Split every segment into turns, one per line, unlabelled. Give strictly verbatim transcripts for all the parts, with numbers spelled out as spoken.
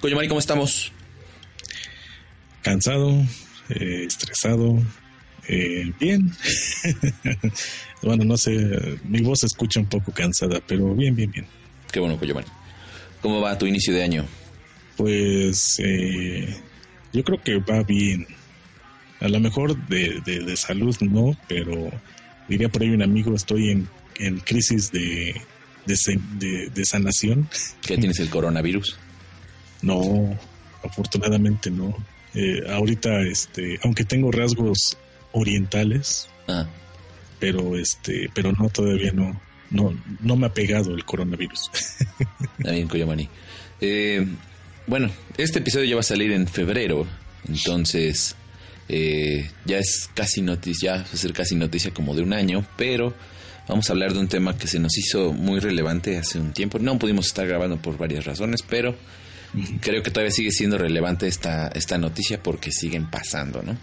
Coyomani, ¿cómo estamos?
Cansado, eh, estresado, eh, bien. Bueno, no sé, mi voz se escucha un poco cansada, pero bien, bien, bien.
Qué bueno, Coyomani. ¿Cómo va tu inicio de año?
Pues eh, yo creo que va bien. A lo mejor de, de, de salud no, pero diría por ahí un amigo, estoy en, en crisis de, de, de, de sanación.
¿Qué tienes, el coronavirus?
No, afortunadamente no. Eh, ahorita, este, aunque tengo rasgos orientales, ah. pero este, pero no, todavía no, no, no me ha pegado el coronavirus.
Está bien, Coyomani. Eh, bueno, este episodio ya va a salir en febrero, entonces eh, ya es casi noticia, ya va a ser casi noticia como de un año, pero vamos a hablar de un tema que se nos hizo muy relevante hace un tiempo. No pudimos estar grabando por varias razones, pero uh-huh. creo que todavía sigue siendo relevante esta, esta noticia porque siguen pasando, ¿no?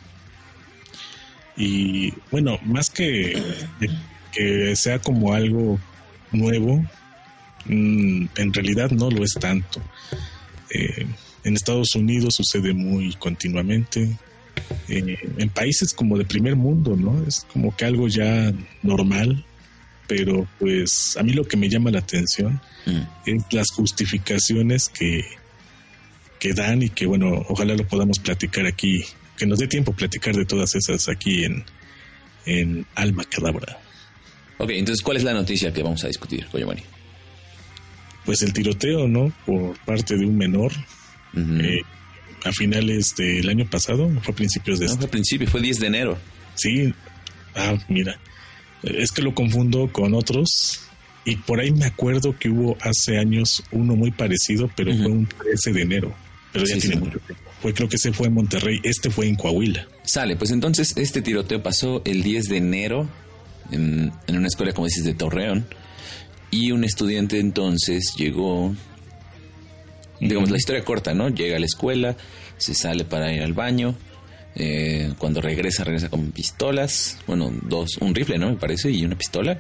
Y bueno, más que, que sea como algo nuevo, mmm, en realidad no lo es tanto. Eh, en Estados Unidos sucede muy continuamente. Eh, en países como de primer mundo, ¿no? Es como que algo ya normal. Pero pues a mí lo que me llama la atención mm. es las justificaciones que, que dan y que bueno, ojalá lo podamos platicar aquí, que nos dé tiempo platicar de todas esas aquí en, en Alma Cadabra.
Ok, entonces ¿cuál es la noticia que vamos a discutir, Coyomani?
Pues el tiroteo, ¿no? Por parte de un menor uh-huh. eh, a finales del año pasado, fue a principios de
no,
este.
fue a principios, fue diez de enero.
Sí, ah, mira. Es que lo confundo con otros y por ahí me acuerdo que hubo hace años uno muy parecido, pero uh-huh. fue un trece de enero, pero ya sí, tiene sí, mucho tiempo. Fue, creo que ese fue en Monterrey, este fue en Coahuila.
Sale, pues entonces este tiroteo pasó el diez de enero en, en una escuela, como dices, de Torreón, y un estudiante entonces llegó, uh-huh. digamos la historia corta, ¿no? Llega a la escuela, se sale para ir al baño. Eh, cuando regresa, regresa con pistolas. Bueno, dos, un rifle, ¿no? Me parece, y una pistola.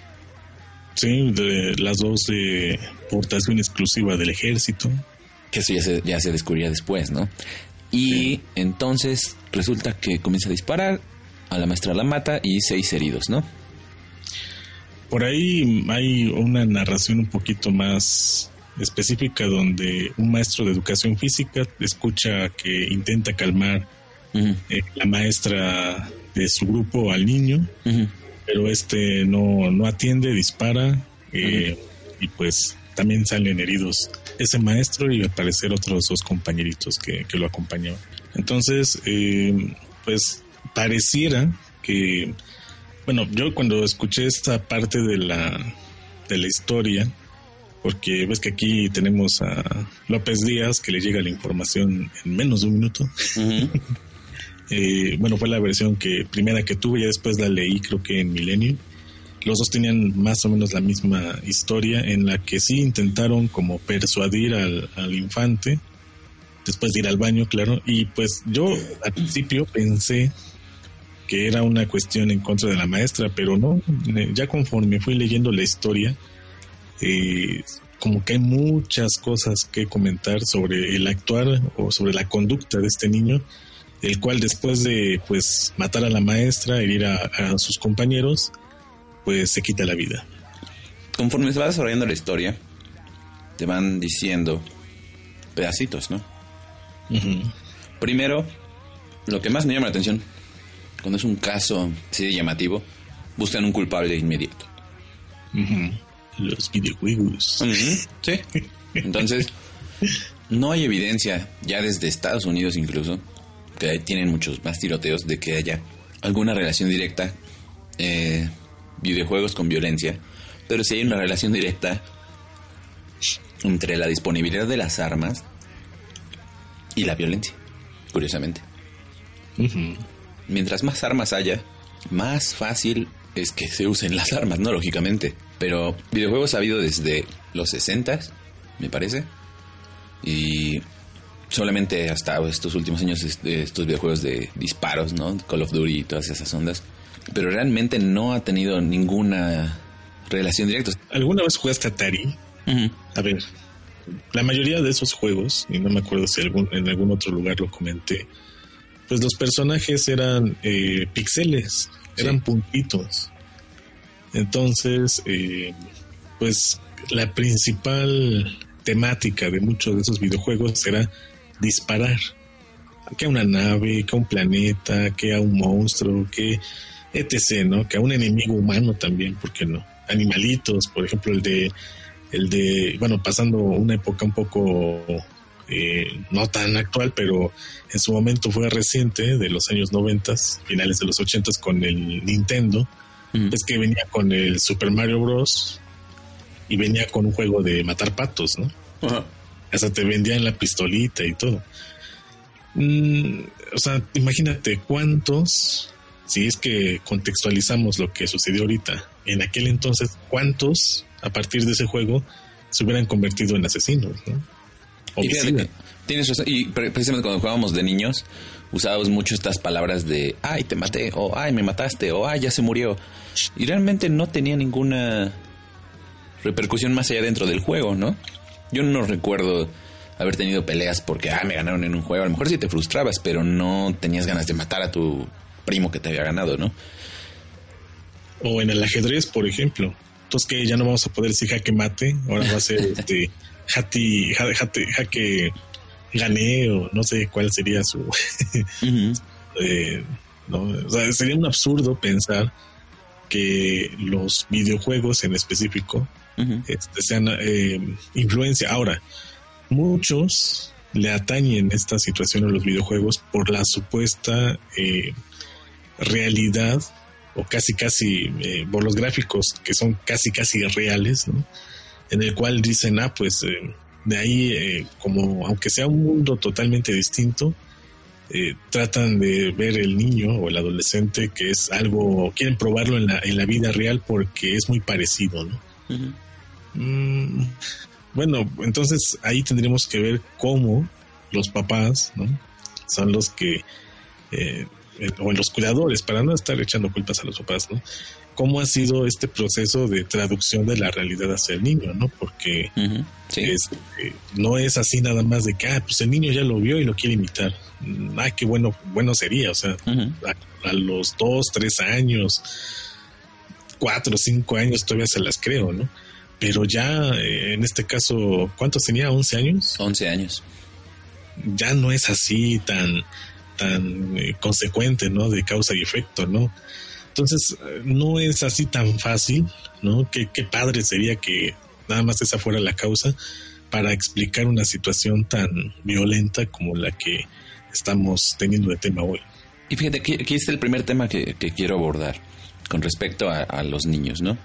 Sí, de las dos de portación exclusiva del ejército.
Que eso ya se, ya se descubría después, ¿no? Y sí. Entonces resulta que comienza a disparar, a la maestra la mata y seis heridos, ¿no?
Por ahí hay una narración un poquito más específica donde un maestro de educación física escucha que intenta calmar Uh-huh. Eh, la maestra de su grupo al niño, uh-huh. pero este no, no atiende, dispara eh, uh-huh. y pues también salen heridos ese maestro y al parecer otros dos compañeritos que, que lo acompañaban. Entonces eh, pues pareciera que, bueno, yo cuando escuché esta parte de la de la historia, porque ves que aquí tenemos a López Díaz que le llega la información en menos de un minuto. Uh-huh. Eh, bueno, fue la versión que primera que tuve, ya después la leí creo que en Milenio. Los dos tenían más o menos la misma historia en la que sí intentaron como persuadir al, al infante después de ir al baño, claro, y pues yo al principio pensé que era una cuestión en contra de la maestra, pero no, ya conforme fui leyendo la historia eh, como que hay muchas cosas que comentar sobre el actuar o sobre la conducta de este niño, el cual después de pues matar a la maestra, herir a, a sus compañeros, pues se quita la vida.
Conforme se va desarrollando la historia, te van diciendo pedacitos, ¿no? Uh-huh. Primero, lo que más me llama la atención, cuando es un caso así de llamativo, buscan un culpable inmediato.
Uh-huh. Los videojuegos.
Uh-huh. Sí. Entonces, no hay evidencia, ya desde Estados Unidos incluso, que tienen muchos más tiroteos, de que haya alguna relación directa, eh, videojuegos con violencia, pero sí hay una relación directa entre la disponibilidad de las armas y la violencia, curiosamente. Uh-huh. Mientras más armas haya, más fácil es que se usen las armas, ¿no? Lógicamente. Pero videojuegos ha habido desde los sesentas, me parece, y solamente hasta estos últimos años estos videojuegos de disparos, ¿no? Call of Duty y todas esas ondas. Pero realmente no ha tenido ninguna relación directa.
¿Alguna vez jugaste Atari? Uh-huh. A ver, la mayoría de esos juegos, y no me acuerdo si algún, en algún otro lugar lo comenté, pues los personajes eran eh, píxeles, eran sí. puntitos. Entonces, eh, pues la principal temática de muchos de esos videojuegos era disparar. Que a una nave, que a un planeta, que a un monstruo, que etcétera, ¿no? Que a un enemigo humano también, ¿por qué no? Animalitos, por ejemplo, el de, el de, bueno, pasando una época un poco eh, no tan actual, pero en su momento fue reciente, de los años noventas, finales de los ochentas, con el Nintendo, mm. es que venía con el Super Mario Bros. Y venía con un juego de matar patos, ¿no? Uh-huh. Hasta te vendían la pistolita y todo. Mm, o sea, imagínate cuántos, si es que contextualizamos lo que sucedió ahorita, en aquel entonces, cuántos a partir de ese juego se hubieran convertido en asesinos, ¿no?
Y fíjate, tienes razón, y precisamente cuando jugábamos de niños usábamos mucho estas palabras de ay, te maté, o ay, me mataste, o ay, ya se murió, y realmente no tenía ninguna repercusión más allá dentro del juego, ¿no? Yo no recuerdo haber tenido peleas porque ah, me ganaron en un juego. A lo mejor sí te frustrabas, pero no tenías ganas de matar a tu primo que te había ganado, ¿no?
O en el ajedrez, por ejemplo. Entonces que ya no vamos a poder decir jaque mate, ahora va a ser este jati, jate, jate, jaque gané, o no sé cuál sería su uh-huh. eh, no, o sea, sería un absurdo pensar que los videojuegos en específico uh-huh. este, sean eh, influencia. Ahora, muchos le atañen esta situación a los videojuegos por la supuesta eh, realidad, o casi casi eh, por los gráficos que son casi casi reales, ¿no? En el cual dicen, ah, pues eh, de ahí eh, como aunque sea un mundo totalmente distinto, eh, tratan de ver el niño o el adolescente que es algo, quieren probarlo en la, en la vida real porque es muy parecido, ¿no? Uh-huh. Mm, bueno, entonces ahí tendríamos que ver cómo los papás, ¿no? Son los que eh, o los cuidadores, para no estar echando culpas a los papás, ¿no? Cómo ha sido este proceso de traducción de la realidad hacia el niño, ¿no? Porque uh-huh. sí. es, eh, no es así nada más de que, ah, pues el niño ya lo vio y lo quiere imitar. Ah, qué bueno, bueno sería, o sea, uh-huh. a, a los dos, tres años, cuatro, cinco años todavía se las creo, ¿no? Pero ya, eh, en este caso, ¿cuántos tenía? ¿once años?
once años.
Ya no es así tan, tan eh, consecuente, ¿no? De causa y efecto, ¿no? Entonces, no es así tan fácil, ¿no? Qué, qué padre sería que nada más esa fuera la causa para explicar una situación tan violenta como la que estamos teniendo de tema hoy.
Y fíjate, aquí, aquí está el primer tema que, que quiero abordar con respecto a, a los niños, ¿no?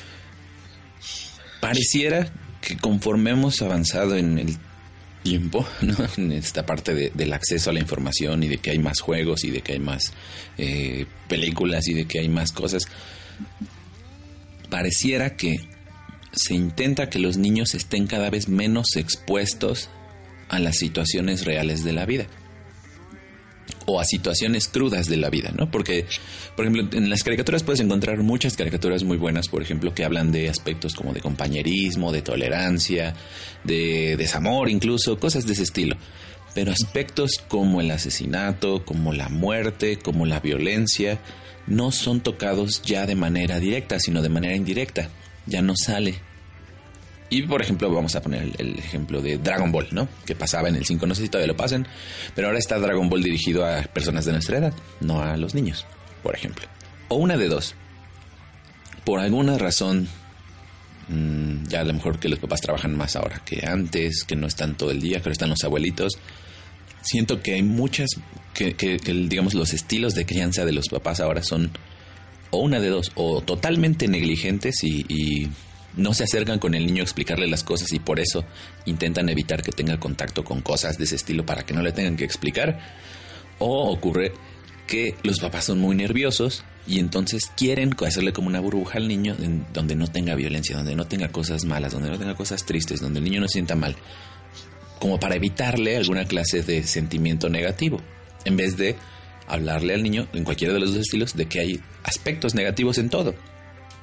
Pareciera que conforme hemos avanzado en el tiempo, ¿no? En esta parte de, del acceso a la información y de que hay más juegos y de que hay más eh, películas y de que hay más cosas, pareciera que se intenta que los niños estén cada vez menos expuestos a las situaciones reales de la vida o a situaciones crudas de la vida, ¿no? Porque, por ejemplo, en las caricaturas puedes encontrar muchas caricaturas muy buenas, por ejemplo, que hablan de aspectos como de compañerismo, de tolerancia, de desamor, incluso, cosas de ese estilo. Pero aspectos como el asesinato, como la muerte, como la violencia, no son tocados ya de manera directa, sino de manera indirecta. Ya no sale. Y, por ejemplo, vamos a poner el, el ejemplo de Dragon Ball, ¿no? Que pasaba en el cinco, no sé si todavía lo pasen, pero ahora está Dragon Ball dirigido a personas de nuestra edad, no a los niños, por ejemplo. O una de dos. Por alguna razón, mmm, ya a lo mejor que los papás trabajan más ahora que antes, que no están todo el día, pero están los abuelitos. Siento que hay muchas, que, que, que digamos, los estilos de crianza de los papás ahora son o una de dos, o totalmente negligentes y... y no se acercan con el niño a explicarle las cosas y por eso intentan evitar que tenga contacto con cosas de ese estilo para que no le tengan que explicar. O ocurre que los papás son muy nerviosos y entonces quieren hacerle como una burbuja al niño en donde no tenga violencia, donde no tenga cosas malas, donde no tenga cosas tristes, donde el niño no se sienta mal, como para evitarle alguna clase de sentimiento negativo, en vez de hablarle al niño en cualquiera de los dos estilos de que hay aspectos negativos en todo.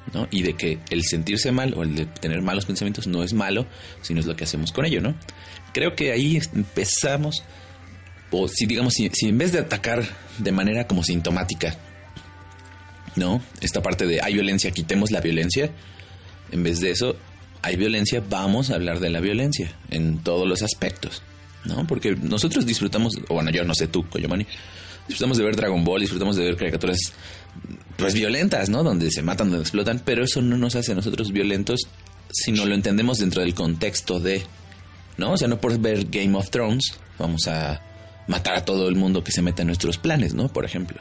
¿no? Y de que el sentirse mal o el de tener malos pensamientos no es malo, sino es lo que hacemos con ello, ¿no? Creo que ahí empezamos, o si digamos, si, si en vez de atacar de manera como sintomática, ¿no? Esta parte de hay violencia, quitemos la violencia, en vez de eso, hay violencia, vamos a hablar de la violencia en todos los aspectos, ¿no? Porque nosotros disfrutamos, o bueno, yo no sé tú, Coyomani, disfrutamos de ver Dragon Ball, disfrutamos de ver caricaturas pues violentas, ¿no? Donde se matan, donde explotan, pero eso no nos hace a nosotros violentos si no lo entendemos dentro del contexto de, ¿no? O sea, no por ver Game of Thrones vamos a matar a todo el mundo que se meta en nuestros planes, ¿no? Por ejemplo.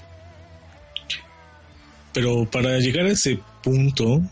Pero para llegar a ese punto,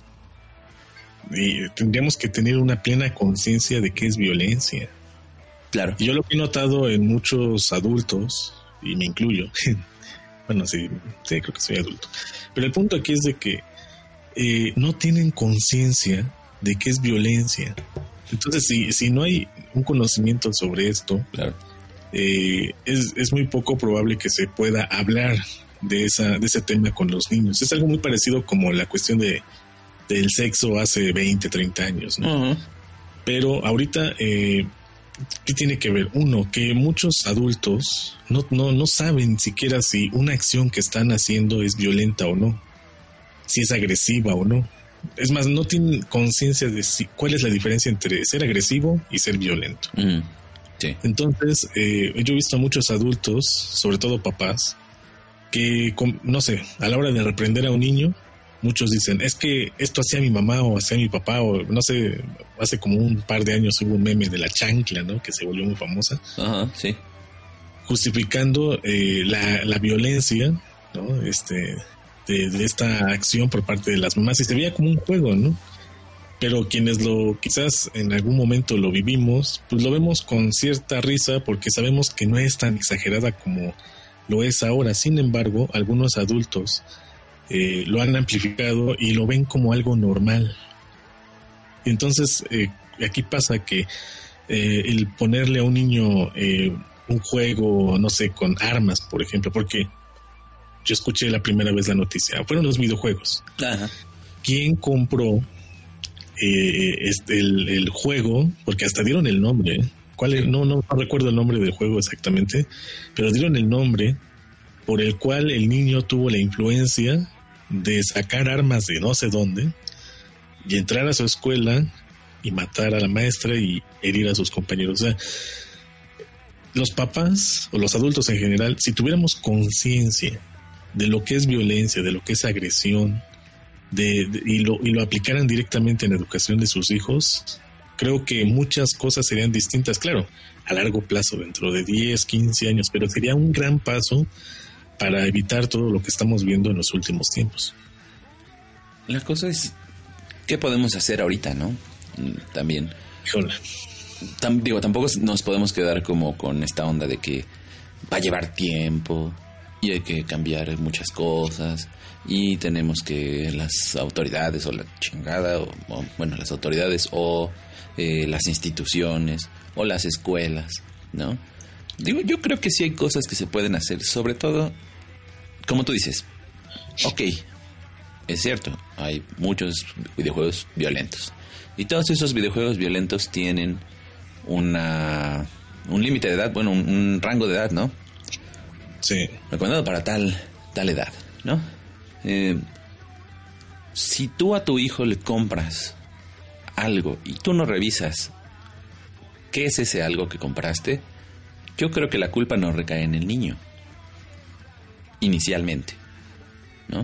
eh, tendríamos que tener una plena conciencia de qué es violencia.
Claro.
Y yo lo que he notado en muchos adultos, y me incluyo, bueno, sí, sí, creo que soy adulto, pero el punto aquí es de que eh, no tienen conciencia de qué es violencia. Entonces, si, si no hay un conocimiento sobre esto,
claro.
eh, es, es muy poco probable que se pueda hablar de esa de ese tema con los niños. Es algo muy parecido como la cuestión de del sexo hace veinte, treinta años, ¿no? Uh-huh. Pero ahorita, eh, ¿qué tiene que ver? Uno, que muchos adultos no, no, no saben siquiera si una acción que están haciendo es violenta o no, si es agresiva o no. Es más, no tienen conciencia de si, cuál es la diferencia entre ser agresivo y ser violento.
Uh-huh. Sí.
Entonces, eh, yo he visto a muchos adultos, sobre todo papás, que, no sé, a la hora de reprender a un niño, muchos dicen, es que esto hacía mi mamá o hacía mi papá, o no sé, hace como un par de años hubo un meme de la chancla, ¿no? Que se volvió muy famosa.
Ajá, sí.
Justificando eh, la, la violencia, ¿no? Este, de, de esta acción por parte de las mamás, y se veía como un juego, ¿no? Pero quienes lo, quizás en algún momento lo vivimos, pues lo vemos con cierta risa porque sabemos que no es tan exagerada como lo es ahora. Sin embargo, algunos adultos eh, lo han amplificado y lo ven como algo normal. Entonces, eh, aquí pasa que eh, el ponerle a un niño eh, un juego, no sé, con armas, por ejemplo, porque yo escuché la primera vez la noticia, fueron los videojuegos.
Ajá.
¿Quién compró eh, este, el, el juego? Porque hasta dieron el nombre, ¿eh? ¿Cuál es? No, no, no recuerdo el nombre del juego exactamente, pero dieron el nombre por el cual el niño tuvo la influencia de sacar armas de no sé dónde y entrar a su escuela y matar a la maestra y herir a sus compañeros. O sea, los papás o los adultos en general, si tuviéramos conciencia de lo que es violencia, de lo que es agresión, de, de, y, lo, y lo aplicaran directamente en la educación de sus hijos, creo que muchas cosas serían distintas, claro, a largo plazo, dentro de diez, quince años, pero sería un gran paso para evitar todo lo que estamos viendo en los últimos tiempos.
La cosa es, ¿qué podemos hacer ahorita, no? También.
Híjole.
Tam, digo, tampoco nos podemos quedar como con esta onda de que va a llevar tiempo y hay que cambiar muchas cosas y tenemos que las autoridades o la chingada, o, o bueno, las autoridades o eh, las instituciones o las escuelas, ¿no? Digo, yo creo que sí hay cosas que se pueden hacer, sobre todo, como tú dices, ok, es cierto, hay muchos videojuegos violentos y todos esos videojuegos violentos tienen una un límite de edad, bueno, un, un rango de edad, ¿no?
Sí.
Recomendado para tal, tal edad, ¿no? Eh, si tú a tu hijo le compras algo y tú no revisas qué es ese algo que compraste, yo creo que la culpa no recae en el niño. Inicialmente, ¿no?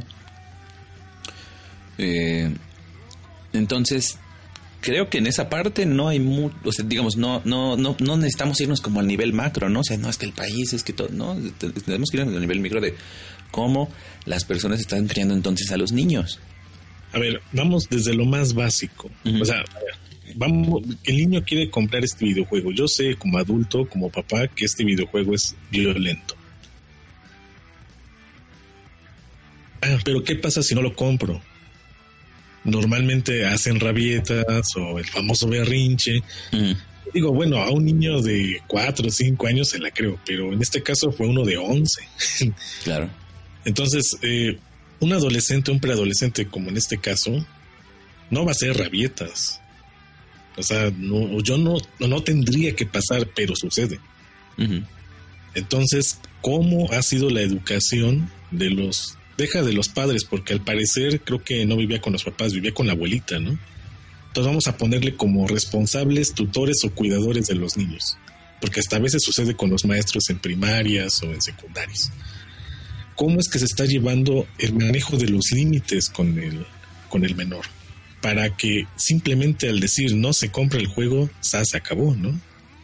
Eh, entonces, creo que en esa parte no hay mucho, o sea, digamos, no, no, no, no necesitamos irnos como al nivel macro, ¿no? O sea, no es que el país, es que todo, no, tenemos que irnos al nivel micro de cómo las personas están criando entonces a los niños.
A ver, vamos desde lo más básico. Uh-huh. O sea, vamos, el niño quiere comprar este videojuego. Yo sé como adulto, como papá, que este videojuego es violento. Ah, pero ¿qué pasa si no lo compro? Normalmente hacen rabietas o el famoso berrinche. Uh-huh. Digo, bueno, a un niño de cuatro o cinco años se la creo, pero en este caso fue uno de once.
Claro.
Entonces, eh, un adolescente, un preadolescente, como en este caso, no va a ser rabietas. O sea, no, yo no, no tendría que pasar, pero sucede. Uh-huh. Entonces, ¿cómo ha sido la educación de los... Deja de los padres, porque al parecer creo que no vivía con los papás, vivía con la abuelita, ¿no? Entonces vamos a ponerle como responsables, tutores o cuidadores de los niños. Porque hasta a veces sucede con los maestros en primarias o en secundarias. ¿Cómo es que se está llevando el manejo de los límites con el, con el menor? Para que simplemente al decir no se compra el juego, ya se acabó, ¿no?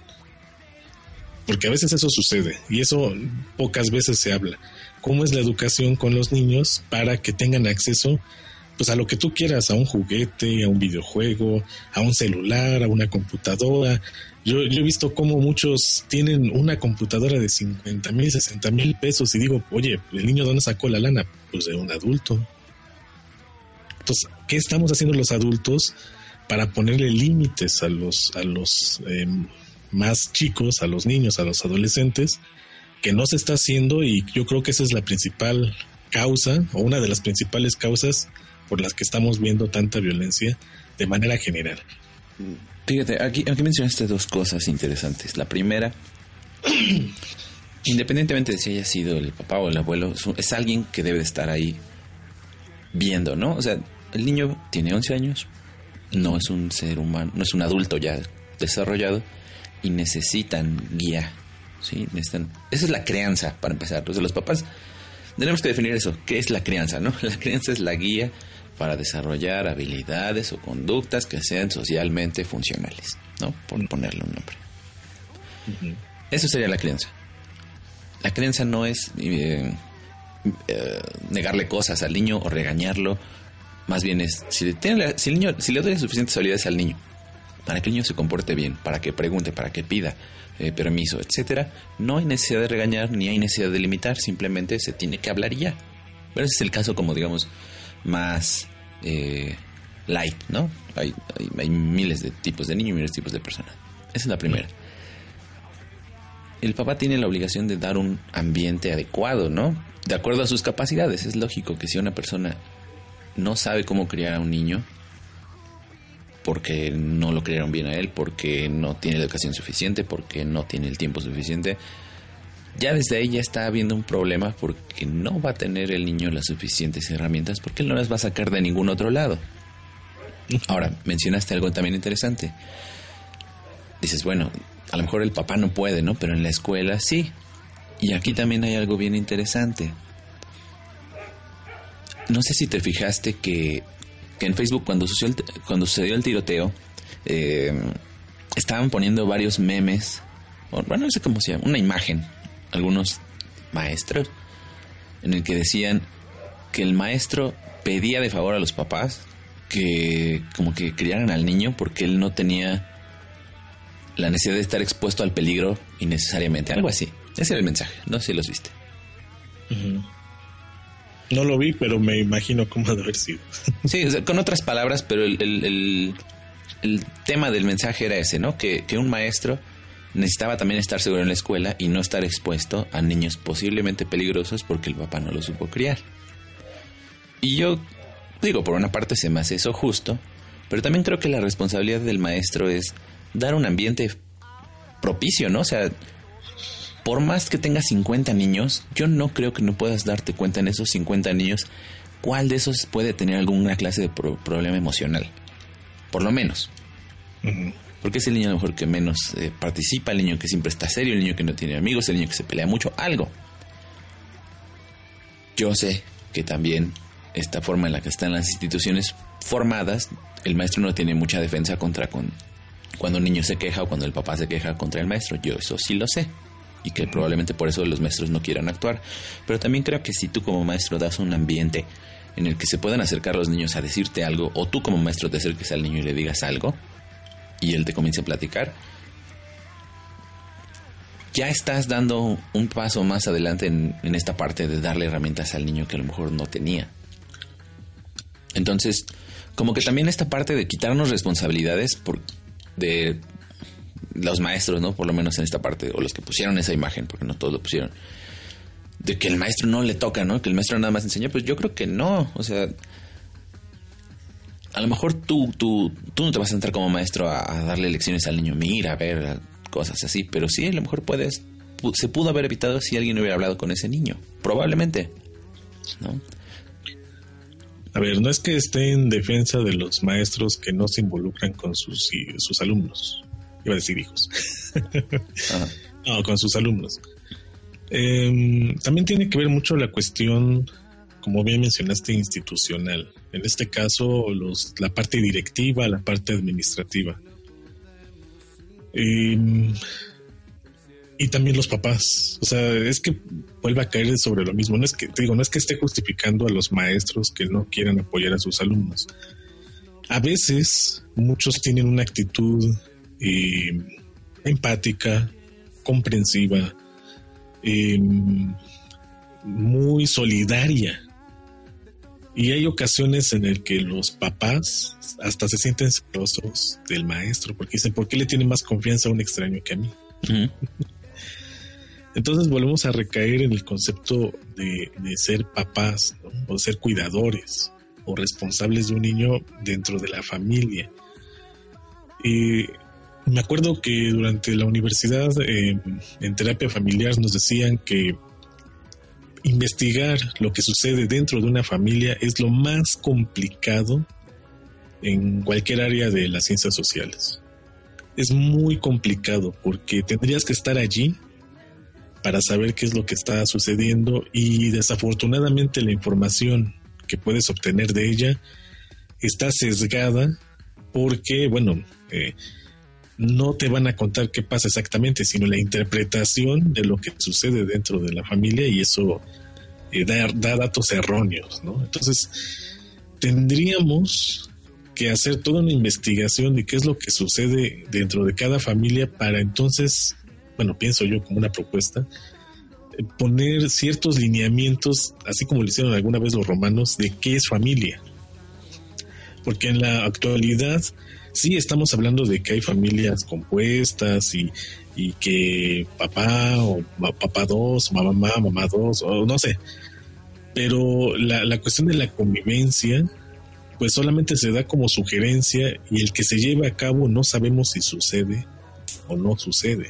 Porque a veces eso sucede y eso pocas veces se habla. ¿Cómo es la educación con los niños para que tengan acceso pues a lo que tú quieras, a un juguete, a un videojuego, a un celular, a una computadora? Yo, yo he visto cómo muchos tienen una computadora de cincuenta mil, sesenta mil pesos y digo, oye, ¿el niño dónde sacó la lana? Pues de un adulto. Entonces, ¿qué estamos haciendo los adultos para ponerle límites a los, a los eh, más chicos, a los niños, a los adolescentes, que no se está haciendo? Y yo creo que esa es la principal causa, o una de las principales causas por las que estamos viendo tanta violencia de manera general.
Fíjate, aquí, aquí mencionaste dos cosas interesantes. La primera, independientemente de si haya sido el papá o el abuelo, es alguien que debe estar ahí viendo, ¿no? O sea, el niño tiene once años, no es un ser humano, no es un adulto ya desarrollado y necesitan guía, ¿sí? Necesitan, esa es la crianza, para empezar. Entonces, los papás tenemos que definir eso. ¿Qué es la crianza, no? La crianza es la guía para desarrollar habilidades o conductas que sean socialmente funcionales, ¿no? Por ponerle un nombre. Uh-huh. Eso sería la crianza. La crianza no es eh, eh, negarle cosas al niño o regañarlo. Más bien es, si, tiene la, si, el niño, si le doy suficientes habilidades al niño para que el niño se comporte bien, para que pregunte, para que pida eh, permiso, etcétera, no hay necesidad de regañar ni hay necesidad de limitar, simplemente se tiene que hablar y ya. Pero ese es el caso, como digamos, más eh, light, ¿no? Hay, hay, hay miles de tipos de niños y miles de tipos de personas. Esa es la primera. El papá tiene la obligación de dar un ambiente adecuado, ¿no? De acuerdo a sus capacidades. Es lógico que si una persona no sabe cómo criar a un niño, porque no lo criaron bien a él, porque no tiene la educación suficiente, porque no tiene el tiempo suficiente, ya desde ahí ya está habiendo un problema, porque no va a tener el niño las suficientes herramientas, porque él no las va a sacar de ningún otro lado. Ahora, mencionaste algo también interesante. Dices, bueno, a lo mejor el papá no puede, ¿no? Pero en la escuela sí. Y aquí también hay algo bien interesante. No sé si te fijaste que, que en Facebook cuando sucedió el, cuando sucedió el tiroteo, eh, estaban poniendo varios memes, o, bueno, no sé cómo se llama, una imagen, algunos maestros, en el que decían que el maestro pedía de favor a los papás que como que criaran al niño porque él no tenía la necesidad de estar expuesto al peligro innecesariamente, algo así. Ese era el mensaje, no sé si los viste.
Uh-huh. No lo vi, pero me imagino cómo ha de haber sido.
Sí, o sea, con otras palabras, pero el, el, el, el tema del mensaje era ese, ¿no? Que, que un maestro necesitaba también estar seguro en la escuela y no estar expuesto a niños posiblemente peligrosos porque el papá no lo supo criar. Y yo digo, por una parte se me hace eso justo, pero también creo que la responsabilidad del maestro es dar un ambiente propicio, ¿no? O sea, por más que tengas cincuenta niños, yo no creo que no puedas darte cuenta en esos cincuenta niños cuál de esos puede tener alguna clase de pro- problema emocional. Por lo menos. Uh-huh. Porque es el niño a lo mejor que menos eh, participa, el niño que siempre está serio, el niño que no tiene amigos, el niño que se pelea mucho, algo. Yo sé que también esta forma en la que están las instituciones formadas, el maestro no tiene mucha defensa contra con, cuando un niño se queja o cuando el papá se queja contra el maestro. Yo eso sí lo sé. Y que probablemente por eso los maestros no quieran actuar. Pero también creo que si tú como maestro das un ambiente en el que se puedan acercar los niños a decirte algo, o tú como maestro te acerques al niño y le digas algo, y él te comience a platicar, ya estás dando un paso más adelante en, en esta parte de darle herramientas al niño que a lo mejor no tenía. Entonces, como que también esta parte de quitarnos responsabilidades por, de los maestros, ¿no? Por lo menos en esta parte, o los que pusieron esa imagen, porque no todos lo pusieron, de que el maestro no le toca, ¿no? Que el maestro nada más enseña, pues yo creo que no. O sea, a lo mejor tú, tú, tú no te vas a sentar como maestro a, a darle lecciones al niño, mira, a ver, cosas así, pero sí, a lo mejor puedes, se pudo haber evitado si alguien hubiera hablado con ese niño, probablemente, ¿no?
A ver, no es que esté en defensa de los maestros que no se involucran con sus, sus alumnos, iba a decir hijos, no, con sus alumnos. Eh, también tiene que ver mucho la cuestión, como bien mencionaste, institucional. En este caso, los, la parte directiva, la parte administrativa. Eh, y también los papás. O sea, es que vuelve a caer sobre lo mismo. No es que, te digo, no es que esté justificando a los maestros que no quieran apoyar a sus alumnos. A veces, muchos tienen una actitud eh, empática, comprensiva, eh, muy solidaria. Y hay ocasiones en las que los papás hasta se sienten celosos del maestro porque dicen, ¿por qué le tiene más confianza a un extraño que a mí? Uh-huh. Entonces volvemos a recaer en el concepto de, de ser papás, ¿no? O ser cuidadores o responsables de un niño dentro de la familia. Y me acuerdo que durante la universidad eh, en terapia familiar nos decían que investigar lo que sucede dentro de una familia es lo más complicado en cualquier área de las ciencias sociales. Es muy complicado porque tendrías que estar allí para saber qué es lo que está sucediendo y desafortunadamente la información que puedes obtener de ella está sesgada porque, bueno, eh, no te van a contar qué pasa exactamente, sino la interpretación de lo que sucede dentro de la familia y eso eh, da, da datos erróneos, ¿no? Entonces, tendríamos que hacer toda una investigación de qué es lo que sucede dentro de cada familia para entonces, bueno, pienso yo como una propuesta, eh, poner ciertos lineamientos, así como lo hicieron alguna vez los romanos, de qué es familia. Porque en la actualidad sí estamos hablando de que hay familias compuestas y, y que papá o papá dos, mamá, mamá dos, o no sé. Pero la, la cuestión de la convivencia, pues solamente se da como sugerencia y el que se lleve a cabo no sabemos si sucede o no sucede.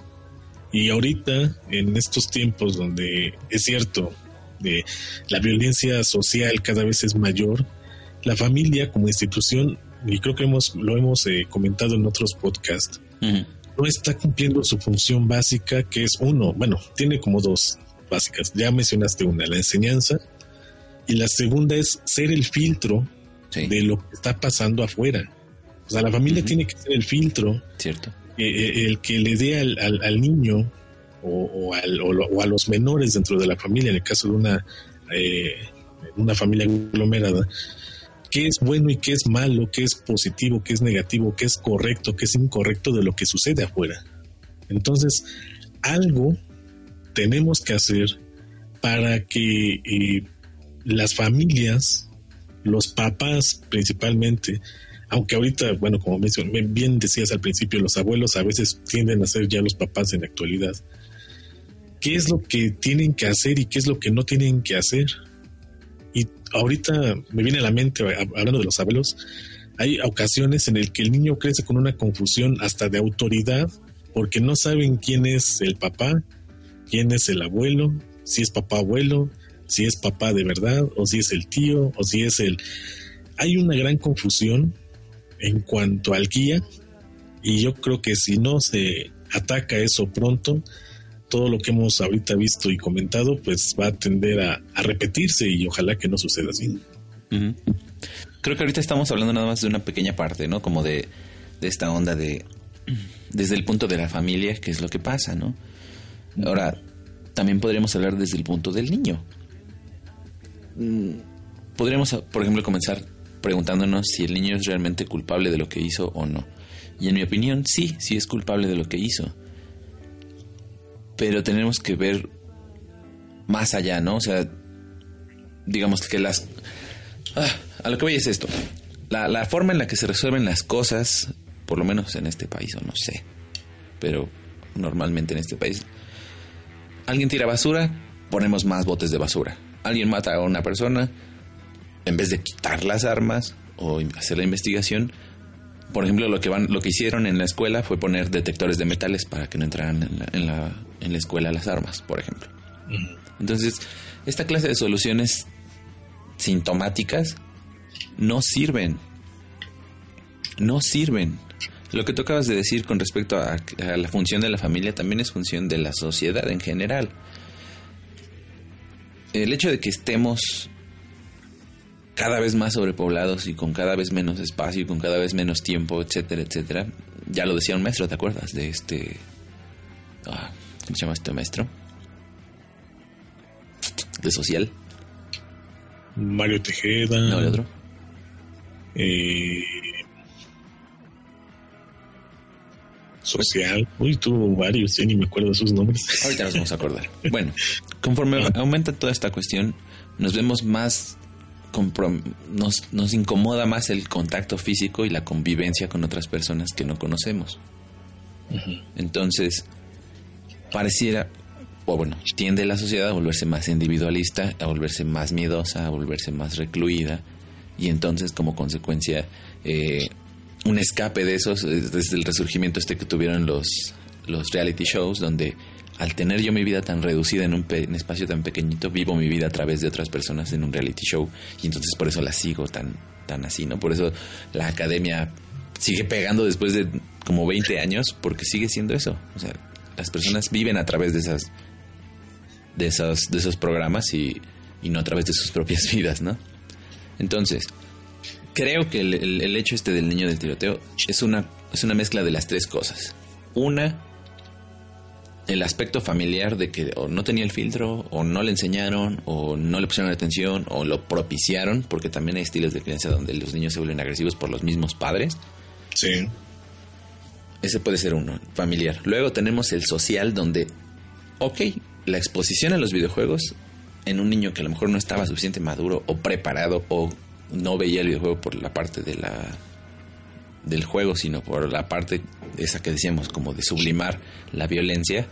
Y ahorita, en estos tiempos donde es cierto, de la violencia social cada vez es mayor, la familia como institución, y creo que hemos lo hemos eh, comentado en otros podcasts, uh-huh. no está cumpliendo su función básica, que es uno, bueno, tiene como dos básicas. Ya mencionaste una, la enseñanza, y la segunda es ser el filtro sí. de lo que está pasando afuera. O sea, la familia uh-huh. tiene que ser el filtro,
cierto,
eh, el que le dé al, al, al niño o, o, al, o, o a los menores dentro de la familia, en el caso de una, eh, una familia aglomerada, qué es bueno y qué es malo, qué es positivo, qué es negativo, qué es correcto, qué es incorrecto de lo que sucede afuera. Entonces, algo tenemos que hacer para que eh, las familias, los papás principalmente, aunque ahorita, bueno, como mencioné, bien decías al principio, los abuelos a veces tienden a ser ya los papás en la actualidad. ¿Qué es lo que tienen que hacer y qué es lo que no tienen que hacer? Y ahorita me viene a la mente, hablando de los abuelos, hay ocasiones en el que el niño crece con una confusión hasta de autoridad porque no saben quién es el papá, quién es el abuelo, si es papá abuelo, si es papá de verdad o si es el tío o si es el... Hay una gran confusión en cuanto al guía y yo creo que si no se ataca eso pronto, todo lo que hemos ahorita visto y comentado, pues va a tender a, a repetirse y ojalá que no suceda así.
Uh-huh. Creo que ahorita estamos hablando nada más de una pequeña parte, ¿no? Como de, de esta onda de... Desde el punto de la familia, ¿qué es lo que pasa, no? Uh-huh. Ahora, también podríamos hablar desde el punto del niño. Podríamos, por ejemplo, comenzar preguntándonos si el niño es realmente culpable de lo que hizo o no. Y en mi opinión, sí, sí es culpable de lo que hizo. Pero tenemos que ver más allá, ¿no? O sea, digamos que las... Ah, a lo que voy es esto. La, la forma en la que se resuelven las cosas, por lo menos en este país, o no sé, pero normalmente en este país, alguien tira basura, ponemos más botes de basura. Alguien mata a una persona, en vez de quitar las armas, o hacer la investigación. Por ejemplo, lo que van, lo que hicieron en la escuela fue poner detectores de metales para que no entraran en la, en la, en la escuela las armas, por ejemplo. Uh-huh. Entonces, esta clase de soluciones sintomáticas no sirven. No sirven. Lo que tú acabas de decir con respecto a, a la función de la familia también es función de la sociedad en general. El hecho de que estemos cada vez más sobrepoblados y con cada vez menos espacio y con cada vez menos tiempo, etcétera, etcétera. Ya lo decía un maestro, ¿te acuerdas? De este... Oh, ¿cómo se llama este maestro? De social.
Mario Tejeda.
No, el otro.
Eh... Social. Uy, tuvo varios, ya ni me acuerdo de sus nombres.
Ahorita nos vamos a acordar. Bueno, conforme aumenta toda esta cuestión, nos vemos más... Comprom- nos, nos incomoda más el contacto físico y la convivencia con otras personas que no conocemos. Uh-huh. Entonces, pareciera, o bueno, tiende la sociedad a volverse más individualista, a volverse más miedosa, a volverse más recluida, y entonces, como consecuencia, eh, un escape de esos, desde el resurgimiento este que tuvieron los, los reality shows, donde al tener yo mi vida tan reducida en un, pe- un espacio tan pequeñito, vivo mi vida a través de otras personas en un reality show, y entonces por eso la sigo tan, tan así, ¿no? Por eso la academia sigue pegando después de como veinte años, porque sigue siendo eso. O sea, las personas viven a través de esas de esos, de esos programas y, y no a través de sus propias vidas, ¿no? Entonces, creo que el, el, el hecho este del niño del tiroteo es una, es una mezcla de las tres cosas. Una, el aspecto familiar de que o no tenía el filtro, o no le enseñaron, o no le pusieron atención, o lo propiciaron, porque también hay estilos de crianza donde los niños se vuelven agresivos por los mismos padres.
Sí.
Ese puede ser uno, familiar. Luego tenemos el social, donde, ok, la exposición a los videojuegos en un niño que a lo mejor no estaba suficiente maduro o preparado, o no veía el videojuego por la parte de la del juego, sino por la parte esa que decíamos, como de sublimar la violencia.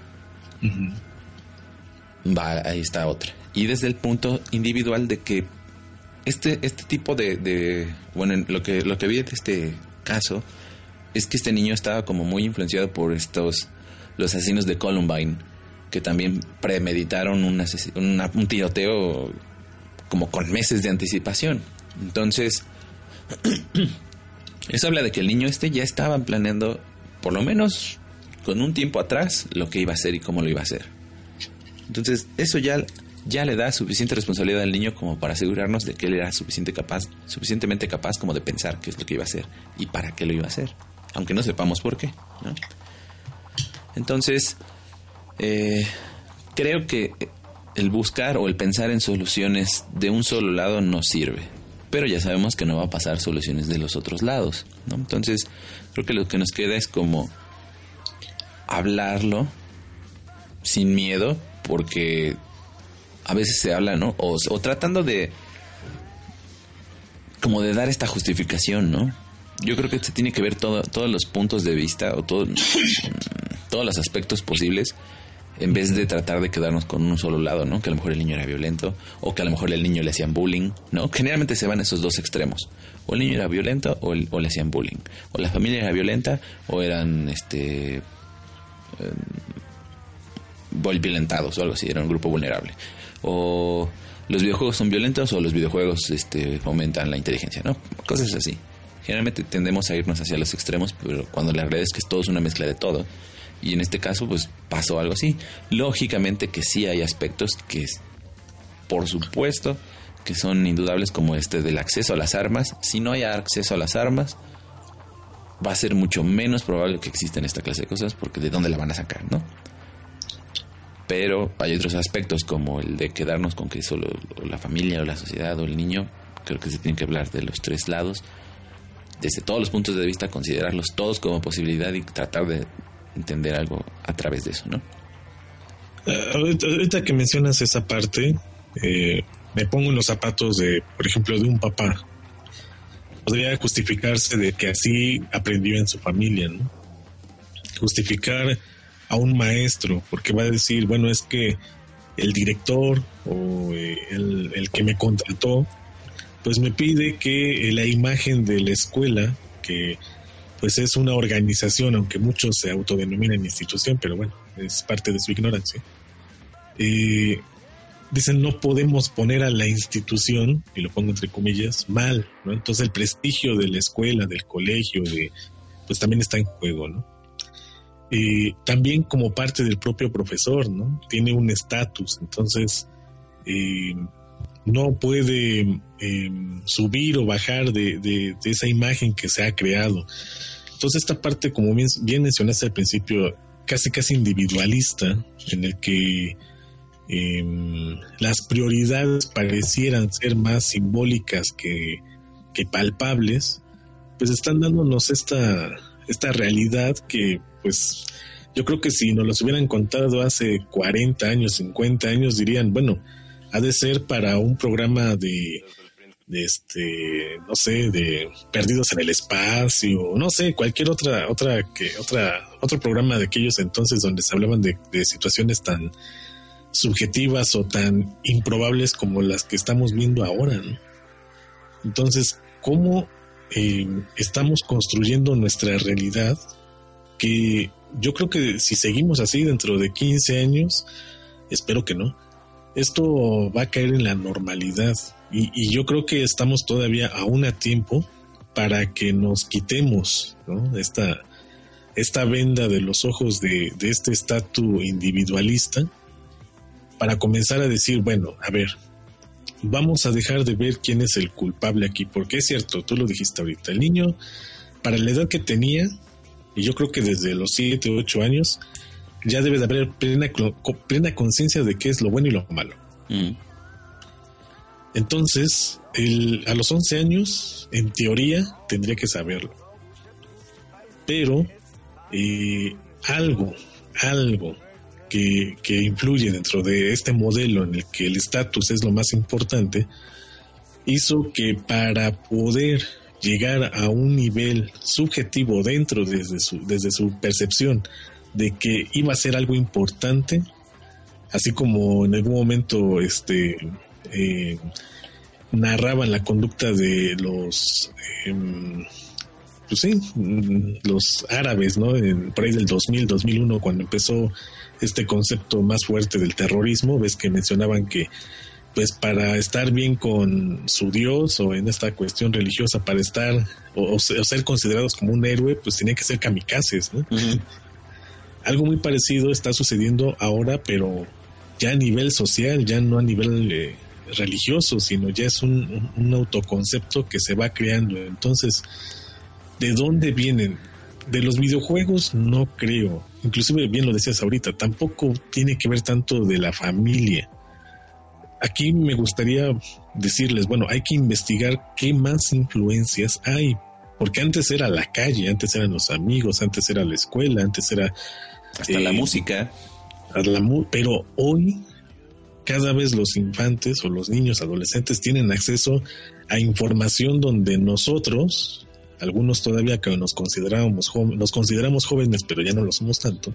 Uh-huh. Va, ahí está otra. Y desde el punto individual de que este, este tipo de, de bueno, lo que, lo que vi de este caso es que este niño estaba como muy influenciado por estos, los asesinos de Columbine, que también premeditaron un, ases- una, un tiroteo como con meses de anticipación. Entonces, eso habla de que el niño este ya estaba planeando, por lo menos con un tiempo atrás, lo que iba a hacer y cómo lo iba a hacer. Entonces, eso ya, ya le da suficiente responsabilidad al niño como para asegurarnos de que él era suficiente capaz, suficientemente capaz como de pensar qué es lo que iba a hacer y para qué lo iba a hacer, aunque no sepamos por qué, ¿no? Entonces, eh, creo que el buscar o el pensar en soluciones de un solo lado no sirve. Pero ya sabemos que no va a pasar soluciones de los otros lados, ¿no? Entonces, creo que lo que nos queda es como hablarlo sin miedo, porque a veces se habla, ¿no? O, o tratando de como de dar esta justificación, ¿no? Yo creo que se tiene que ver todo, todos los puntos de vista o todo, todos los aspectos posibles, en vez de tratar de quedarnos con un solo lado, ¿no? Que a lo mejor el niño era violento, o que a lo mejor el niño le hacían bullying, ¿no? Generalmente se van esos dos extremos. O el niño era violento o, el, o le hacían bullying. O la familia era violenta o eran, este... Eh, violentados o algo así, era un grupo vulnerable. O los videojuegos son violentos o los videojuegos este, fomentan la inteligencia, ¿no? Cosas así. Generalmente tendemos a irnos hacia los extremos, pero cuando la realidad es que todo es una mezcla de todo. Y en este caso, pues, pasó algo así. Lógicamente que sí hay aspectos que, por supuesto, que son indudables, como este del acceso a las armas. Si no hay acceso a las armas, va a ser mucho menos probable que exista esta clase de cosas, porque ¿de dónde la van a sacar, no? Pero hay otros aspectos, como el de quedarnos con que solo la familia o la sociedad o el niño. Creo que se tiene que hablar de los tres lados, desde todos los puntos de vista, considerarlos todos como posibilidad y tratar de entender algo a través de eso, ¿no?
Uh, ahorita, ahorita que mencionas esa parte, eh, me pongo en los zapatos de, por ejemplo, de un papá. Podría justificarse de que así aprendió en su familia, ¿no? Justificar a un maestro, porque va a decir, bueno, es que el director o eh, el, el que me contrató pues me pide que la imagen de la escuela, que pues es una organización, aunque muchos se autodenominan institución, pero bueno, es parte de su ignorancia, eh, dicen no podemos poner a la institución, y lo pongo entre comillas, mal, ¿no? Entonces el prestigio de la escuela, del colegio, de, pues también está en juego, ¿no? Eh, también como parte del propio profesor, ¿no? Tiene un estatus, entonces eh, no puede eh, subir o bajar de, de, de esa imagen que se ha creado. Entonces esta parte, como bien, bien mencionaste al principio, casi casi individualista, en el que eh, las prioridades parecieran ser más simbólicas que, que palpables, pues están dándonos esta, esta realidad que pues yo creo que si nos los hubieran contado hace cuarenta años, cincuenta años, dirían, bueno, ha de ser para un programa de, de este, no sé, de Perdidos en el Espacio, no sé, cualquier otra, otra, que, otra, otro programa de aquellos entonces donde se hablaban de, de situaciones tan subjetivas o tan improbables como las que estamos viendo ahora, ¿no? Entonces, ¿cómo eh, estamos construyendo nuestra realidad? Que yo creo que si seguimos así dentro de quince años, espero que no, esto va a caer en la normalidad y, y yo creo que estamos todavía aún a tiempo para que nos quitemos, ¿no? esta, esta venda de los ojos de, de este estatus individualista, para comenzar a decir, bueno, a ver, vamos a dejar de ver quién es el culpable aquí, porque es cierto, tú lo dijiste ahorita, el niño, para la edad que tenía, y yo creo que desde los siete o ocho años ya debe de haber plena, plena conciencia de qué es lo bueno y lo malo. Mm. Entonces, el, a los once años, en teoría, tendría que saberlo. Pero eh, algo, algo que, que influye dentro de este modelo en el que el estatus es lo más importante, hizo que para poder llegar a un nivel subjetivo dentro desde su, desde su percepción de que iba a ser algo importante, así como en algún momento este eh, narraban la conducta de los eh, pues sí, los árabes, ¿no? En, por ahí del dos mil, dos mil uno, cuando empezó este concepto más fuerte del terrorismo, ves que mencionaban que pues para estar bien con su Dios o en esta cuestión religiosa, para estar o, o ser considerados como un héroe, pues tenían que ser kamikazes, ¿no? Uh-huh. Algo muy parecido está sucediendo ahora, pero ya a nivel social, ya no a nivel eh, religioso, sino ya es un, un, un autoconcepto que se va creando. Entonces, ¿de dónde vienen? De los videojuegos no creo, inclusive bien lo decías ahorita, tampoco tiene que ver tanto de la familia. Aquí me gustaría decirles, bueno, hay que investigar qué más influencias hay, porque antes era la calle, antes eran los amigos, antes era la escuela, antes era
hasta eh, la música.
La mu- pero hoy cada vez los infantes o los niños, adolescentes tienen acceso a información donde nosotros, algunos todavía que nos considerábamos jo- nos consideramos jóvenes, pero ya no lo somos tanto,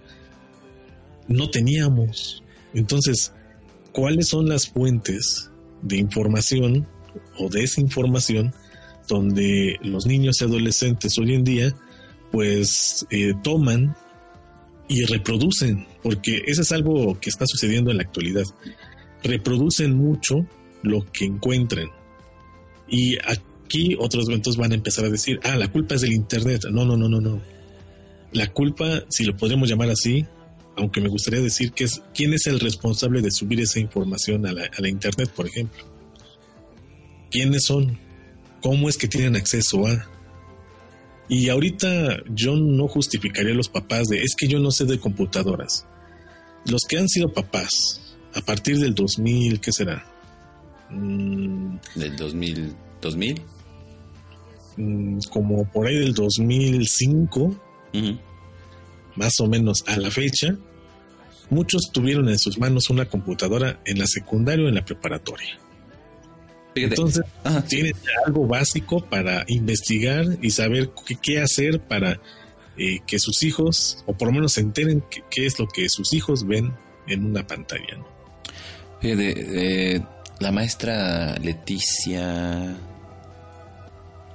no teníamos. Entonces, ¿cuáles son las fuentes de información o desinformación donde los niños y adolescentes hoy en día pues eh, toman y reproducen? Porque eso es algo que está sucediendo en la actualidad. Reproducen mucho lo que encuentren. Y aquí otros entonces van a empezar a decir, ah, la culpa es del internet. No, no, no, no, no. La culpa, si lo podríamos llamar así, aunque me gustaría decir que es quién es el responsable de subir esa información a la, a la internet, por ejemplo. ¿Quiénes son? ¿Cómo es que tienen acceso a? Y ahorita yo no justificaría a los papás de, es que yo no sé de computadoras. Los que han sido papás a partir del dos mil, ¿qué será? Mm,
¿Del dos mil? ¿dos mil?
Mm, como por ahí del dos mil cinco, uh-huh. Más o menos a la fecha, muchos tuvieron en sus manos una computadora en la secundaria o en la preparatoria. Fíjate. Entonces, ajá, tienen algo básico para investigar y saber qué, qué hacer para eh, que sus hijos, o por lo menos se enteren qué, qué es lo que sus hijos ven en una pantalla, ¿no?
Fíjate, eh, la maestra Leticia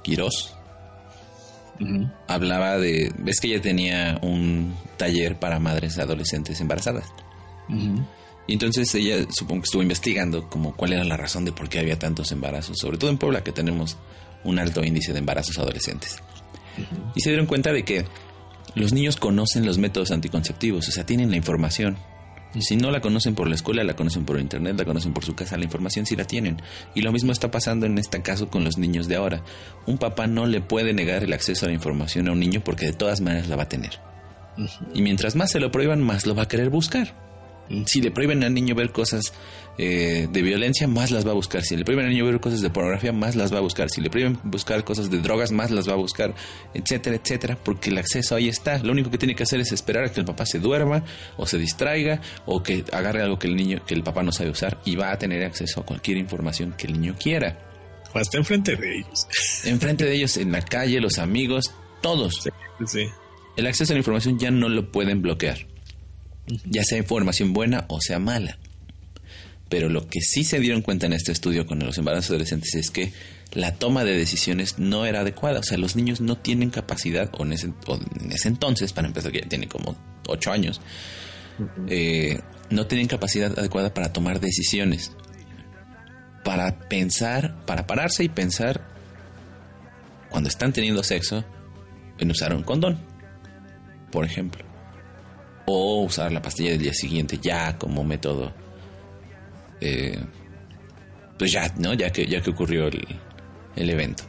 Quirós,
Uh-huh.
hablaba de... Ves que ella tenía un taller para madres adolescentes embarazadas.
Uh-huh.
Y entonces ella, supongo que estuvo investigando como cuál era la razón de por qué había tantos embarazos, sobre todo en Puebla, que tenemos un alto índice de embarazos adolescentes. Uh-huh. Y se dieron cuenta de que los niños conocen los métodos anticonceptivos, o sea, tienen la información. Si no la conocen por la escuela, la conocen por internet, la conocen por su casa, la información sí la tienen. Y lo mismo está pasando en este caso con los niños de ahora. Un papá no le puede negar el acceso a la información a un niño porque de todas maneras la va a tener. Uh-huh. Y mientras más se lo prohíban, más lo va a querer buscar. Si le prohíben al niño ver cosas eh, de violencia, más las va a buscar. Si le prohíben al niño ver cosas de pornografía, más las va a buscar. Si le prohíben buscar cosas de drogas, más las va a buscar, etcétera, etcétera, porque el acceso ahí está. Lo único que tiene que hacer es esperar a que el papá se duerma o se distraiga o que agarre algo que el niño, que el papá no sabe usar, y va a tener acceso a cualquier información que el niño quiera.
O hasta enfrente de ellos.
Enfrente de ellos, en la calle, los amigos, todos.
Sí, sí.
El acceso a la información ya no lo pueden bloquear, ya sea información buena o sea mala. Pero lo que sí se dieron cuenta en este estudio con los embarazos adolescentes es que la toma de decisiones no era adecuada. O sea, los niños no tienen capacidad, o en ese, o en ese entonces, para empezar, que ya tiene como ocho años, uh-huh. eh, no tienen capacidad adecuada para tomar decisiones, para pensar, para pararse y pensar cuando están teniendo sexo en usar un condón, por ejemplo. O usar la pastilla del día siguiente ya como método, eh, pues ya, ¿no? Ya que, ya que ocurrió el, el evento.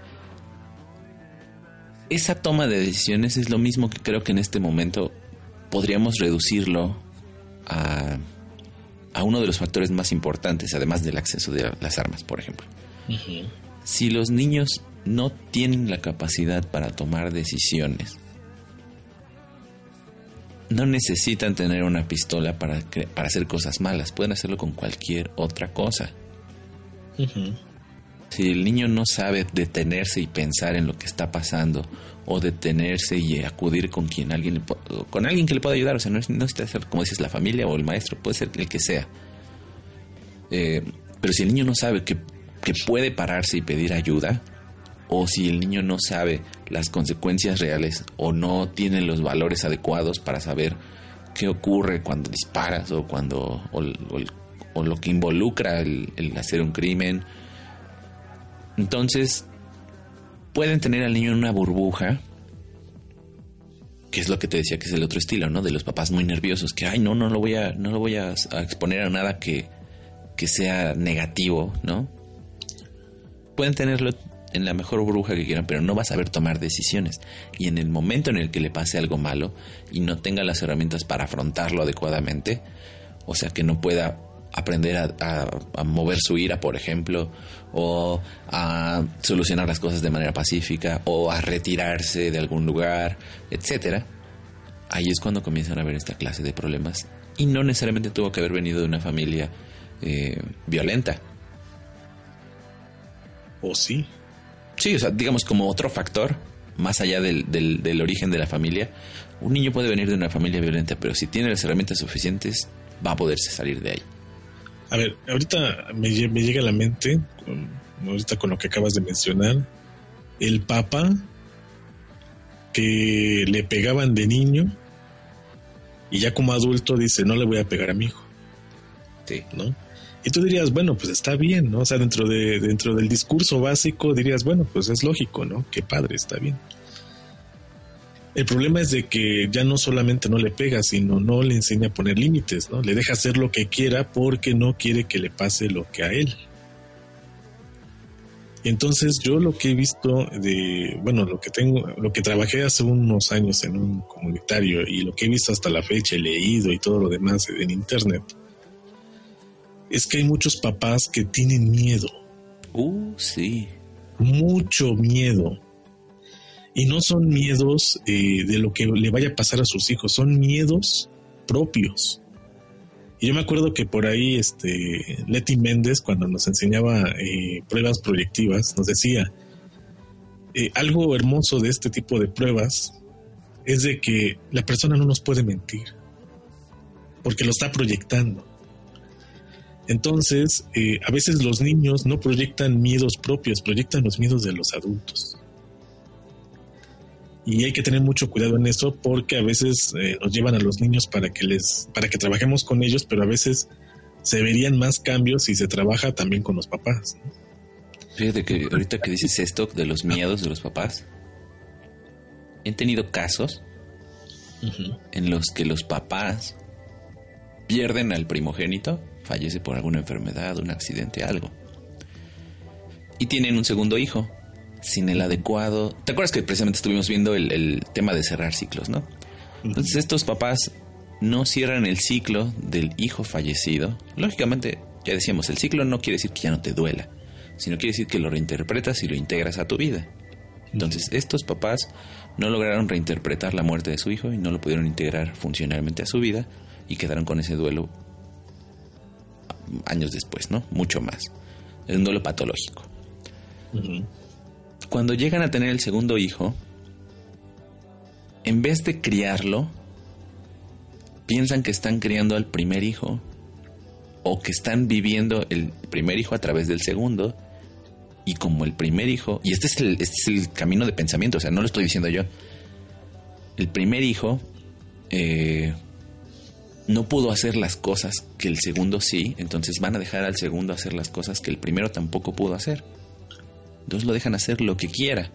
Esa toma de decisiones es lo mismo que creo que en este momento podríamos reducirlo a, a uno de los factores más importantes, además del acceso de las armas, por ejemplo. Uh-huh. Si los niños no tienen la capacidad para tomar decisiones, no necesitan tener una pistola para, que, para hacer cosas malas. Pueden hacerlo con cualquier otra cosa. Uh-huh. Si el niño no sabe detenerse y pensar en lo que está pasando, o detenerse y acudir con quien alguien con alguien que le pueda ayudar, o sea, no necesita ser, como dices, la familia o el maestro, puede ser el que sea. Eh, pero si el niño no sabe que, que puede pararse y pedir ayuda, o si el niño no sabe las consecuencias reales o no tiene los valores adecuados para saber qué ocurre cuando disparas o cuando o, o, o lo que involucra el, el hacer un crimen, entonces pueden tener al niño en una burbuja, que es lo que te decía que es el otro estilo, ¿no? De los papás muy nerviosos, que ay no, no lo voy a, no lo voy a, a exponer a nada que, que sea negativo, ¿no? Pueden tenerlo en la mejor burbuja que quieran, pero no va a saber tomar decisiones. Y en el momento en el que le pase algo malo y no tenga las herramientas para afrontarlo adecuadamente, o sea, que no pueda aprender a, a, a mover su ira, por ejemplo, o a solucionar las cosas de manera pacífica, o a retirarse de algún lugar, etcétera, ahí es cuando comienzan a haber esta clase de problemas. Y no necesariamente tuvo que haber venido de una familia eh, violenta.
¿O sí?
Sí, o sea, digamos como otro factor, más allá del, del, del origen de la familia, un niño puede venir de una familia violenta, pero si tiene las herramientas suficientes, va a poderse salir de ahí.
A ver, ahorita me, me llega a la mente, con, ahorita con lo que acabas de mencionar, el papá que le pegaban de niño y ya como adulto dice, no le voy a pegar a mi hijo.
Sí.
¿No? Y tú dirías, bueno, pues está bien, ¿no? O sea, dentro de dentro del discurso básico dirías, bueno, pues es lógico, ¿no? Qué padre, está bien. El problema es de que ya no solamente no le pega, sino no le enseña a poner límites, ¿no? Le deja hacer lo que quiera porque no quiere que le pase lo que a él. Entonces yo lo que he visto de, bueno, lo que tengo, lo que trabajé hace unos años en un comunitario y lo que he visto hasta la fecha, he leído y todo lo demás en internet, es que hay muchos papás que tienen miedo.
Uh, sí.
Mucho miedo. Y no son miedos eh, de lo que le vaya a pasar a sus hijos, son miedos propios. Y yo me acuerdo que por ahí este Leti Méndez, cuando nos enseñaba eh, pruebas proyectivas, nos decía, eh, algo hermoso de este tipo de pruebas es de que la persona no nos puede mentir, porque lo está proyectando. Entonces, eh, a veces los niños no proyectan miedos propios, proyectan los miedos de los adultos. Y hay que tener mucho cuidado en eso, porque a veces eh, nos llevan a los niños para que les, para que trabajemos con ellos, pero a veces se verían más cambios si se trabaja también con los papás, ¿no?
Fíjate que ahorita que dices esto de los miedos de los papás, he tenido casos uh-huh. en los que los papás pierden al primogénito, fallece por alguna enfermedad, un accidente, algo, y tienen un segundo hijo sin el adecuado. ¿Te acuerdas que precisamente estuvimos viendo el, el tema de cerrar ciclos, no? Entonces estos papás no cierran el ciclo del hijo fallecido. Lógicamente, ya decíamos, el ciclo no quiere decir que ya no te duela, sino quiere decir que lo reinterpretas y lo integras a tu vida. Entonces estos papás no lograron reinterpretar la muerte de su hijo y no lo pudieron integrar funcionalmente a su vida y quedaron con ese duelo años después, ¿no? Mucho más. Es un duelo patológico. Uh-huh. Cuando llegan a tener el segundo hijo, en vez de criarlo, piensan que están criando al primer hijo o que están viviendo el primer hijo a través del segundo, y como el primer hijo, y este es el, este es el camino de pensamiento, o sea, no lo estoy diciendo yo, el primer hijo eh, no pudo hacer las cosas que el segundo sí, entonces van a dejar al segundo hacer las cosas que el primero tampoco pudo hacer. Entonces lo dejan hacer lo que quiera.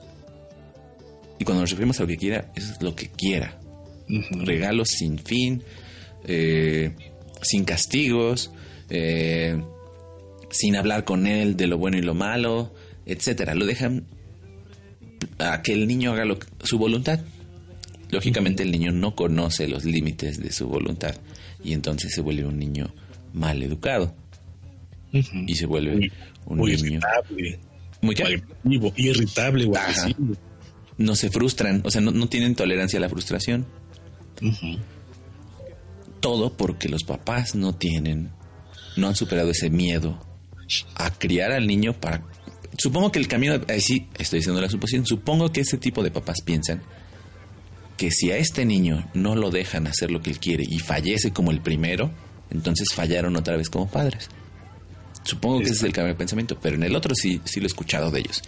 Y cuando nos referimos a lo que quiera, eso es lo que quiera. Uh-huh. Regalos sin fin, eh, sin castigos, eh, sin hablar con él de lo bueno y lo malo, etcétera. Lo dejan a que el niño haga lo, su voluntad. Lógicamente, uh-huh. el niño no conoce los límites de su voluntad y entonces se vuelve un niño mal educado. Uh-huh. Y se vuelve muy, un
muy
niño
irritable.
Muy qué?
irritable o agresivo.
No se frustran, o sea, no, no tienen tolerancia a la frustración.
Uh-huh.
Todo porque los papás no tienen, no han superado ese miedo a criar al niño para... Supongo que el camino, ahí sí estoy diciendo la suposición, supongo que ese tipo de papás piensan que si a este niño no lo dejan hacer lo que él quiere y fallece como el primero, entonces fallaron otra vez como padres. Supongo que ese es el cambio de pensamiento, pero en el otro sí, sí lo he escuchado de ellos.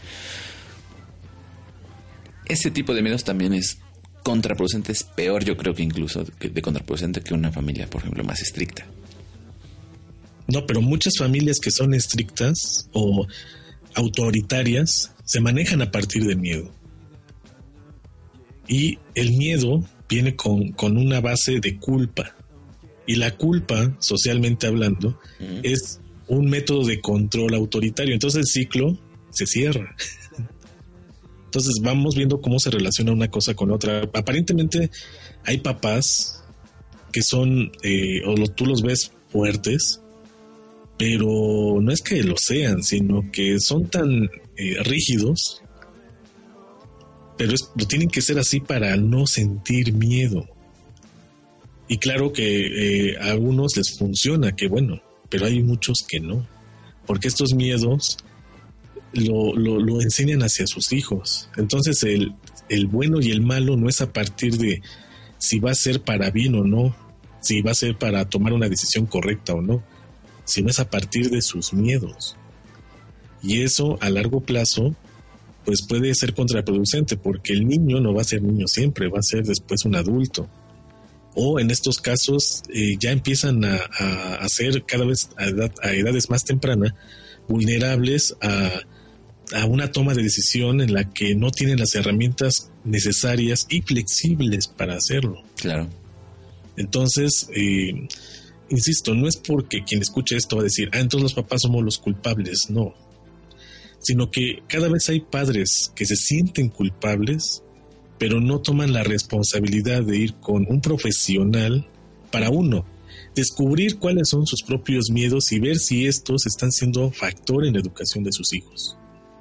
Ese tipo de miedos también es contraproducente, es peor, yo creo que incluso de contraproducente que una familia, por ejemplo, más estricta.
No, pero muchas familias que son estrictas o autoritarias se manejan a partir del miedo. Y el miedo viene con, con una base de culpa. Y la culpa, socialmente hablando, uh-huh. es un método de control autoritario. Entonces el ciclo se cierra. Entonces vamos viendo cómo se relaciona una cosa con otra. Aparentemente hay papás que son, eh, o lo, tú los ves fuertes, pero no es que lo sean, sino que son tan eh, rígidos, pero es, lo tienen que ser así para no sentir miedo. Y claro que eh, a algunos les funciona, que bueno, pero hay muchos que no, porque estos miedos lo, lo, lo enseñan hacia sus hijos. Entonces el, el bueno y el malo no es a partir de si va a ser para bien o no, si va a ser para tomar una decisión correcta o no, sino es a partir de sus miedos. Y eso a largo plazo pues puede ser contraproducente, porque el niño no va a ser niño siempre, va a ser después un adulto. O en estos casos eh, ya empiezan a, a, a ser cada vez a, edad, a edades más tempranas vulnerables a, a una toma de decisión en la que no tienen las herramientas necesarias y flexibles para hacerlo.
Claro.
Entonces, eh, insisto, no es porque quien escuche esto va a decir, ah, entonces los papás somos los culpables, no. Sino que cada vez hay padres que se sienten culpables, pero no toman la responsabilidad de ir con un profesional para uno, descubrir cuáles son sus propios miedos y ver si estos están siendo factor en la educación de sus hijos.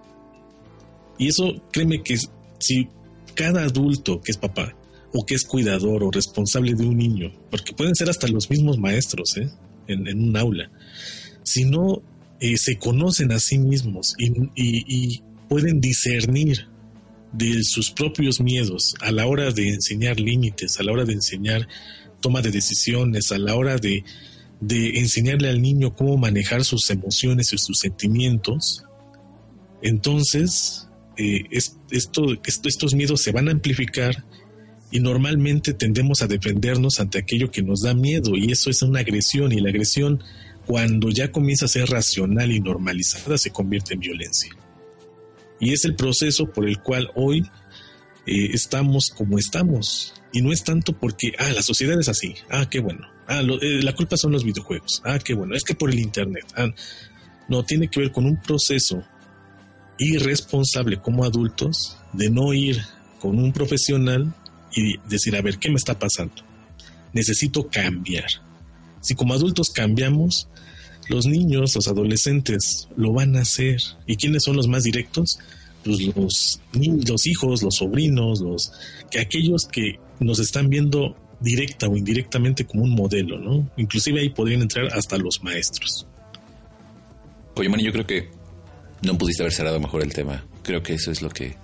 Y eso, créeme que si cada adulto que es papá, o que es cuidador o responsable de un niño, porque pueden ser hasta los mismos maestros, ¿eh? en, en un aula, si no eh, se conocen a sí mismos y, y, y pueden discernir de sus propios miedos a la hora de enseñar límites, a la hora de enseñar toma de decisiones, a la hora de, de enseñarle al niño cómo manejar sus emociones y sus sentimientos, entonces eh, es, esto, esto, estos miedos se van a amplificar y normalmente tendemos a defendernos ante aquello que nos da miedo, y eso es una agresión, y la agresión, cuando ya comienza a ser racional y normalizada, se convierte en violencia. Y es el proceso por el cual hoy eh, estamos como estamos. Y no es tanto porque, ah, la sociedad es así, ah, qué bueno, ah, lo, eh, la culpa son los videojuegos, ah, qué bueno, es que por el internet, ah, no, tiene que ver con un proceso irresponsable como adultos de no ir con un profesional y decir, a ver, ¿qué me está pasando? Necesito cambiar. Si como adultos cambiamos, los niños, los adolescentes lo van a hacer. ¿Y quiénes son los más directos? Pues los niños, los hijos, los sobrinos, los que aquellos que nos están viendo directa o indirectamente como un modelo, ¿no? Inclusive ahí podrían entrar hasta los maestros.
Oye, Manny, yo creo que no pudiste haber cerrado mejor el tema. Creo que eso es lo que...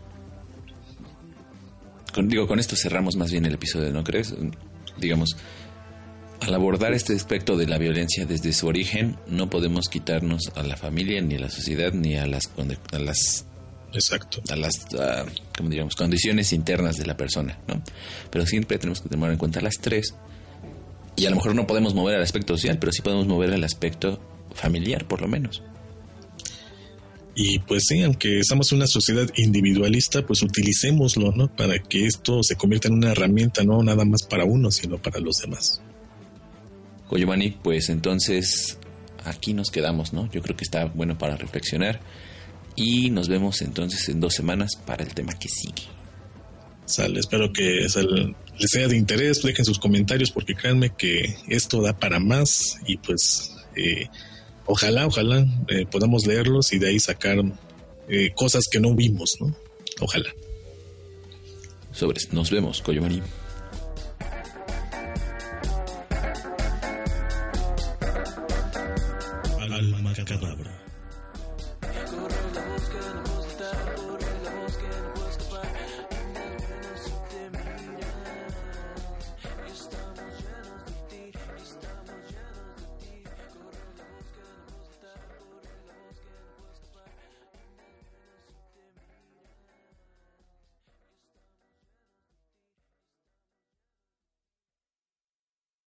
Con, digo, con esto cerramos más bien el episodio, ¿no crees? Digamos, al abordar este aspecto de la violencia desde su origen, no podemos quitarnos a la familia, ni a la sociedad, ni a las... A las
Exacto.
A las, uh, como digamos, condiciones internas de la persona, ¿no? Pero siempre tenemos que tener en cuenta las tres. Y a lo mejor no podemos mover al aspecto social, pero sí podemos mover al aspecto familiar, por lo menos.
Y pues sí, aunque estamos en una sociedad individualista, pues utilicémoslo, ¿no? Para que esto se convierta en una herramienta, no nada más para uno, sino para los demás.
Oye, Manny, pues entonces aquí nos quedamos, ¿no? Yo creo que está bueno para reflexionar. Y nos vemos entonces en dos semanas para el tema que sigue.
Sale, espero que sal, les sea de interés, dejen sus comentarios porque créanme que esto da para más y pues eh, ojalá, ojalá eh, podamos leerlos y de ahí sacar eh, cosas que no vimos, ¿no? Ojalá.
Sobres, nos vemos, Coyomani.
Alma Cadabra.
Corre la voz que no puedo estar, corre la voz que no puedo